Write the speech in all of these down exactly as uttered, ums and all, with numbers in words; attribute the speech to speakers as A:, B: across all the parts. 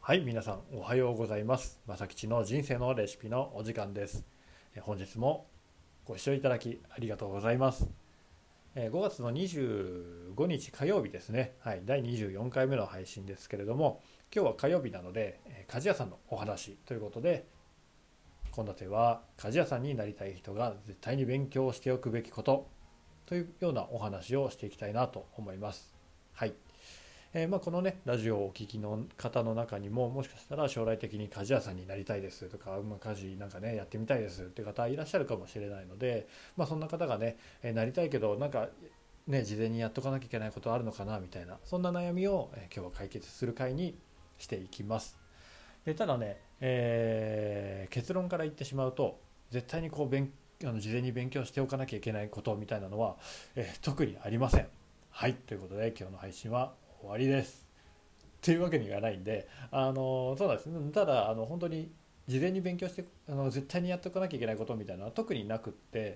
A: はい、皆さんおはようございます。まさきちの人生のレシピのお時間です。え本日もご視聴いただきありがとうございます。えごがつのにじゅうごにち火曜日ですね。はい、だいにじゅうよんかいめの配信ですけれども、今日は火曜日なので、え鍛冶屋さんのお話ということで、献立は鍛冶屋さんになりたい人が絶対に勉強しておくべきことというようなお話をしていきたいなと思います。はい。えーまあ、このねラジオをお聞きの方の中にももしかしたら将来的に鍛冶屋さんになりたいですとか、まあ、家事なんかねやってみたいですっていう方いらっしゃるかもしれないので、まあ、そんな方がね、えーなりたいけどなんかね事前にやっとかなきゃいけないことあるのかなみたいなそんな悩みを、えー今日は解決する回にしていきます。でただね、えー結論から言ってしまうと絶対にこう勉あの事前に勉強しておかなきゃいけないことみたいなのは、えー特にありません。はい、ということで今日の配信は終わりです。っていうわけにはいかないんで、あのそうなんですね。ただあの本当に事前に勉強してあの絶対にやっておかなきゃいけないことみたいなのは特になくって、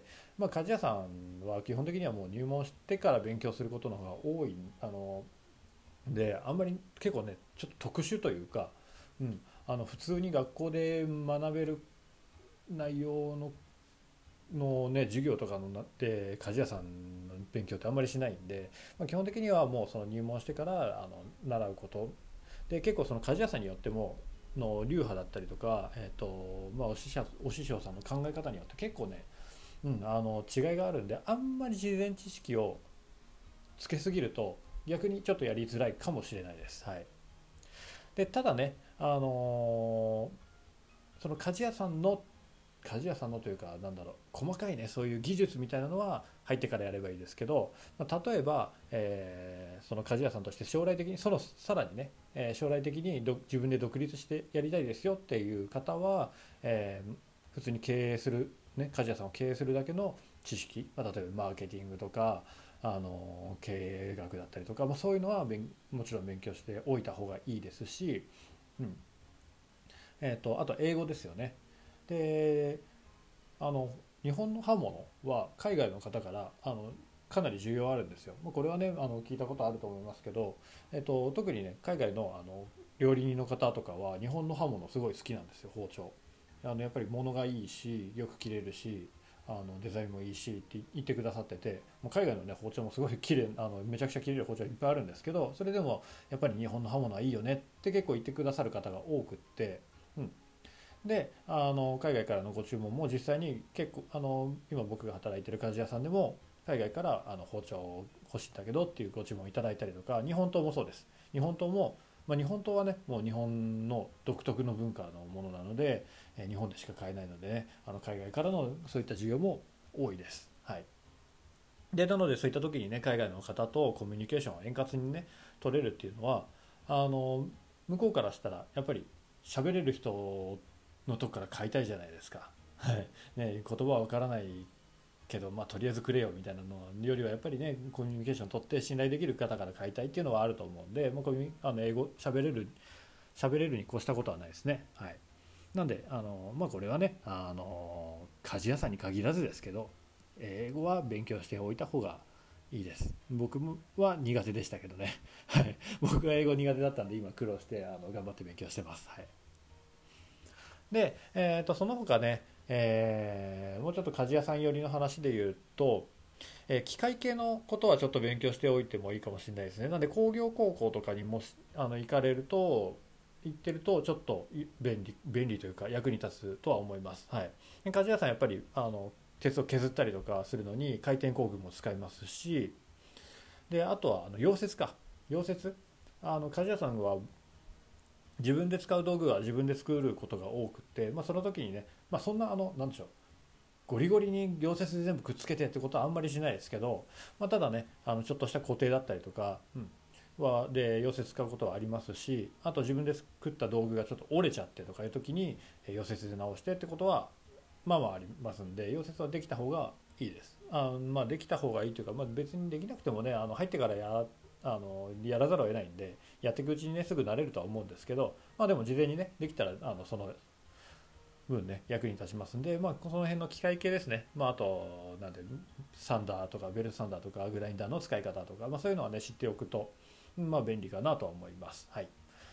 A: まあ、鍛冶屋さんは基本的にはもう入門してから勉強することの方が多いあので、あんまり結構ねちょっと特殊というか、うん、あの普通に学校で学べる内容ののね授業とかのなって鍛冶屋さんの勉強ってあんまりしないんで、まあ、基本的にはもうその入門してからあの習うことで、結構その鍛冶屋さんによってもの流派だったりとか、えーとまあ、お師匠お師匠さんの考え方によって結構ね、うん、あの違いがあるんで、あんまり事前知識をつけすぎると逆にちょっとやりづらいかもしれないです。はい、でただね、あのーその鍛冶屋さんの鍛冶屋さんのというかなんだろう細かいねそういう技術みたいなのは入ってからやればいいですけど、まあ、例えば、えーその鍛冶屋さんとして将来的にそのさらにね、えー将来的にど自分で独立してやりたいですよっていう方は、えー普通に経営する、ね、鍛冶屋さんを経営するだけの知識、まあ、例えばマーケティングとかあの経営学だったりとか、まあ、そういうのは勉もちろん勉強しておいた方がいいですし、うんえーと、あと英語ですよね。であの日本の刃物は海外の方からあのかなり需要あるんですよ。まあこれはねあの聞いたことあると思いますけど、えっと、特にね海外の、あの料理人の方とかは日本の刃物すごい好きなんですよ。包丁あのやっぱり物がいいしよく切れるしあのデザインもいいしって言ってくださってて、もう海外の、ね、包丁もすごい綺麗あのめちゃくちゃ切れる包丁いっぱいあるんですけど、それでもやっぱり日本の刃物はいいよねって結構言ってくださる方が多くって、うん、であの海外からのご注文も実際に結構あの今僕が働いてる鍛冶屋さんでも海外からあの包丁欲しいんだけどっていうご注文いただいたりとか、日本刀もそうです。日本刀も、まあ、日本刀はねもう日本の独特の文化のものなので、えー日本でしか買えないのでね、あの海外からのそういった需要も多いです。はい、でなのでそういった時にね海外の方とコミュニケーションを円滑にね取れるっていうのはあの向こうからしたらやっぱり喋れる人のとこから買いたいじゃないですか。はい、ね、言葉はわからないけど、まあ、とりあえずくれよみたいなのよりはやっぱりねコミュニケーションを取って信頼できる方から買いたいっていうのはあると思うんで、まあ、コミュあの英語喋れる喋れるに越したことはないですね。はい、なんであの、まあ、これはねあの鍛冶屋さんに限らずですけど、英語は勉強しておいた方がいいです。僕は苦手でしたけどね。はい、僕は英語苦手だったんで今苦労してあの頑張って勉強してます。はい、で、えー、とその他ね、えーもうちょっと鍛冶屋さん寄りの話で言うと、えー機械系のことはちょっと勉強しておいてもいいかもしれないですね。なんで工業高校とかにもしあの行かれると行ってるとちょっと便利便利というか役に立つとは思います。はい、で鍛冶屋さんやっぱりあの鉄を削ったりとかするのに回転工具も使いますし、であとはあの溶接か溶接あの鍛冶屋さんは自分で使う道具は自分で作ることが多くて、まあ、その時にね、まあ、そんなあのなんでしょうゴリゴリに溶接で全部くっつけてってことはあんまりしないですけど、まあ、ただねあのちょっとした固定だったりとか、うん、はで溶接使うことはありますし、あと自分で作った道具がちょっと折れちゃってとかいう時にえ溶接で直してってことはまあまあありますんで、溶接はできた方がいいです。あまあできた方がいいというか、まあ、別にできなくてもねあの入ってからやあのやらざるを得ないんでやっていくうちにねすぐ慣れるとは思うんですけど、まあでも事前にねできたらあのその分ね役に立ちますんで、まあ、その辺の機械系ですね、まあ、あとなんでサンダーとかベルトサンダーとかグラインダーの使い方とか、まあ、そういうのはね知っておくと、まあ、便利かなとは思います。はい、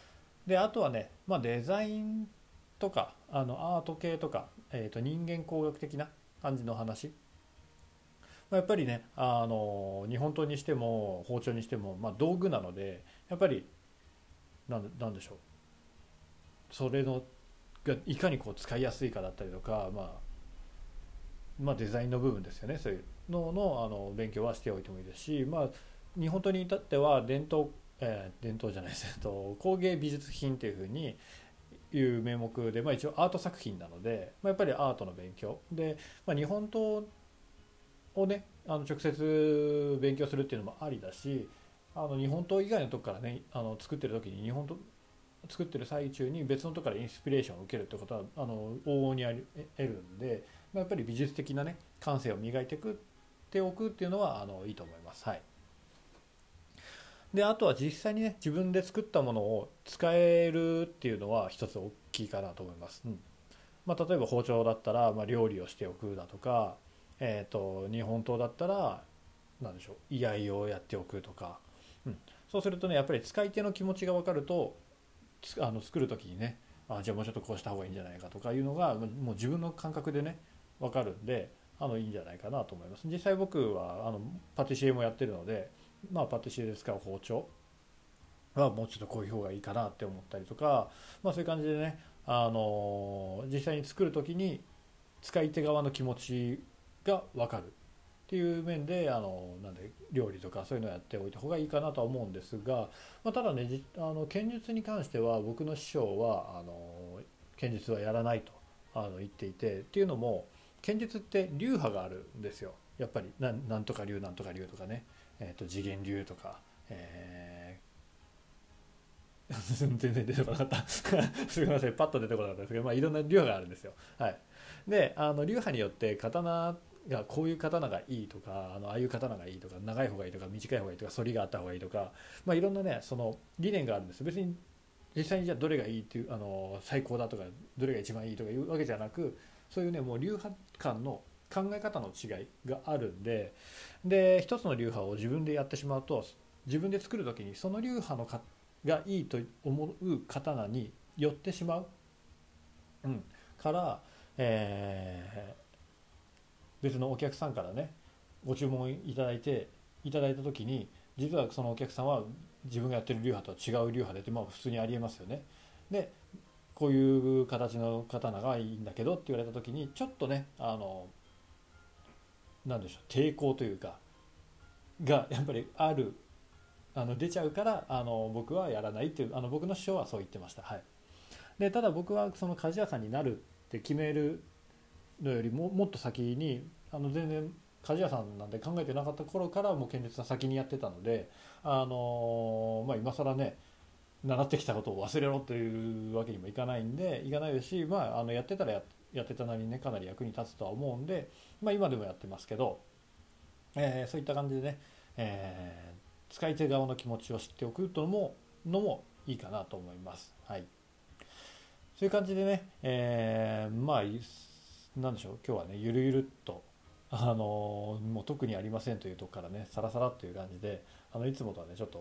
A: であとはね、まあ、デザインとかあのアート系とか、えー、と人間工学的な感じの話、まあ、やっぱりねあの日本刀にしても包丁にしても、まあ、道具なのでやっぱりなんなんでしょう、それのがいかにこう使いやすいかだったりとか、まあ、まあデザインの部分ですよね、そういうのの、あの勉強はしておいてもいいですし、まあ、日本刀に至っては伝統、えー伝統じゃないです、えっと工芸美術品というふうにいう名目で、まあ、一応アート作品なので、まあ、やっぱりアートの勉強で、まあ、日本刀をねあの直接勉強するっていうのもありだし、あの日本刀以外のとこからねあの作ってる時に日本刀作ってる最中に別のところからインスピレーションを受けるってことはあの往々にあり得るんで、まあ、やっぱり美術的なね感性を磨いていくっておくっていうのはあのいいと思います。はい。であとは実際にね自分で作ったものを使えるっていうのは一つ大きいかなと思います。うん、まあ、例えば包丁だったら、まあ、料理をしておくだとか、えー、と日本刀だったら何でしょう居合をやっておくとか、うん、そうするとねやっぱり使い手の気持ちが分かるとつあの作る時にね、あじゃあもうちょっとこうした方がいいんじゃないかとかいうのがもう自分の感覚でね分かるんで、あのいいんじゃないかなと思います。実際僕はあのパティシエもやってるので、まあ、パティシエで使う包丁はもうちょっとこういう方がいいかなって思ったりとか、まあ、そういう感じでね、あの実際に作る時に使い手側の気持ちが分かるっていう面で、あのなんで料理とかそういうのをやっておいた方がいいかなとは思うんですが、まあ、ただねじあの剣術に関しては僕の師匠はあの剣術はやらないとあの言っていて、っていうのも剣術って流派があるんですよ。やっぱりなんなんとか流なんとか流とかね、えー、と次元流とか、えー全然出てこなかったすみませんパッと出てこなかったですけど、まあ、いろんな流派があるんですよ。はい、であの流派によって刀がこういう刀がいいとか、あのああいう刀がいいとか、長い方がいいとか短い方がいいとか、反りがあった方がいいとか、まあ、いろんなねその理念があるんです。別に実際にじゃあどれがいいっていうあの最高だとかどれが一番いいとかいうわけじゃなく、そういうねもう流派間の考え方の違いがあるんで、で一つの流派を自分でやってしまうと自分で作る時にその流派のかがいいと思う刀に寄ってしまう、うん、から、えー別のお客さんからねご注文いただいていただいた時に実はそのお客さんは自分がやってる流派とは違う流派でって、まあ、普通にありえますよね。でこういう形の刀がいいんだけどって言われた時にちょっとねあのなんでしょう抵抗というかがやっぱりある、あの出ちゃうからあの僕はやらないっていう、あの僕の師匠はそう言ってました。はい、でただ僕はその鍛冶屋さんになるって決めるのよりももっと先にあの全然鍛冶屋さんなんで考えてなかった頃からもう剣術は先にやってたので、あのまあ、今更ね習ってきたことを忘れろというわけにもいかないんでいかないですし、まあ、あのやってたら や, やってたなりにねかなり役に立つとは思うんで、まあ、今でもやってますけど、えーそういった感じでね、えー使い手側の気持ちを知っておくとのものもいいかなと思います。はい、そういう感じでね、えーまあなんでしょう今日はねゆるゆるっとあのもう特にありませんというところからねサラサラという感じで、あのいつもとはねちょっと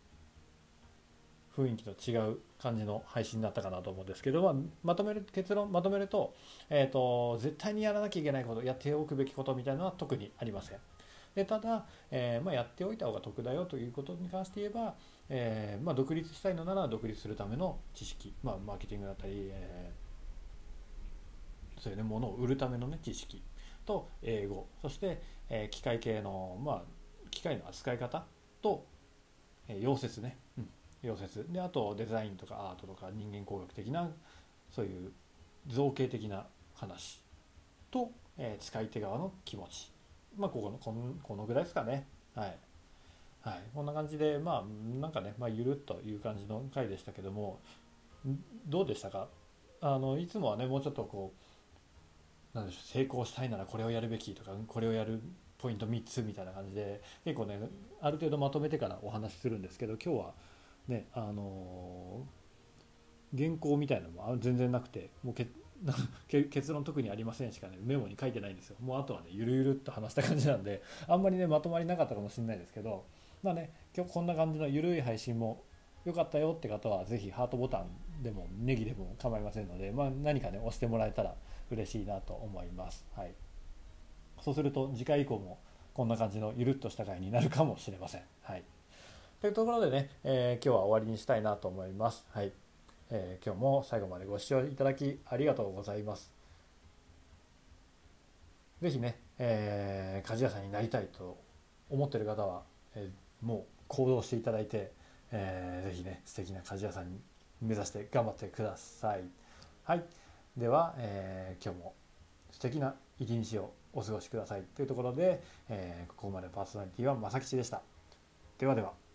A: 雰囲気と違う感じの配信になったかなと思うんですけど、まあ、まとめる結論まとめると,、えーと絶対にやらなきゃいけないことやっておくべきことみたいなのは特にありません。でただ、えーまあ、やっておいた方が得だよということに関して言えば、えーまあ、独立したいのなら独立するための知識、まあ、マーケティングだったり、えーそういうねものを売るための、ね、知識と英語、そして、えー機械系の、まあ、機械の扱い方と、えー溶接ね、うん、溶接であとデザインとかアートとか人間工学的なそういう造形的な話と、えー使い手側の気持ち、まあここのこのこのぐらいですかね。はい、はい、こんな感じでまあなんかね、まあ、ゆるっという感じの回でしたけども、どうでしたか？あのいつもはねもうちょっとこうなんでしょう成功したいならこれをやるべきとかこれをやるポイントみっつみたいな感じで結構ねある程度まとめてからお話しするんですけど、今日はねあのー原稿みたいなのも全然なくてもうけ結論特にありませんしかねメモに書いてないんですよ。もうあとはねゆるゆるっと話した感じなんであんまりねまとまりなかったかもしれないですけど、まあね今日こんな感じのゆるい配信も良かったよって方はぜひハートボタンでもネギでも構いませんので、まあ、何かね押してもらえたら嬉しいなと思います。はい、そうすると次回以降もこんな感じのゆるっとした回になるかもしれません。はい、というところでね、えー、今日は終わりにしたいなと思います。はい、えー、今日も最後までご視聴いただきありがとうございます。ぜひね、えー、鍛冶屋さんになりたいと思っている方は、えー、もう行動していただいて、えー、ぜひね素敵な鍛冶屋さんに目指して頑張ってください。はい、では、えー、今日も素敵な一日をお過ごしくださいというところで、えー、ここまでパーソナリティは正吉でした。ではでは。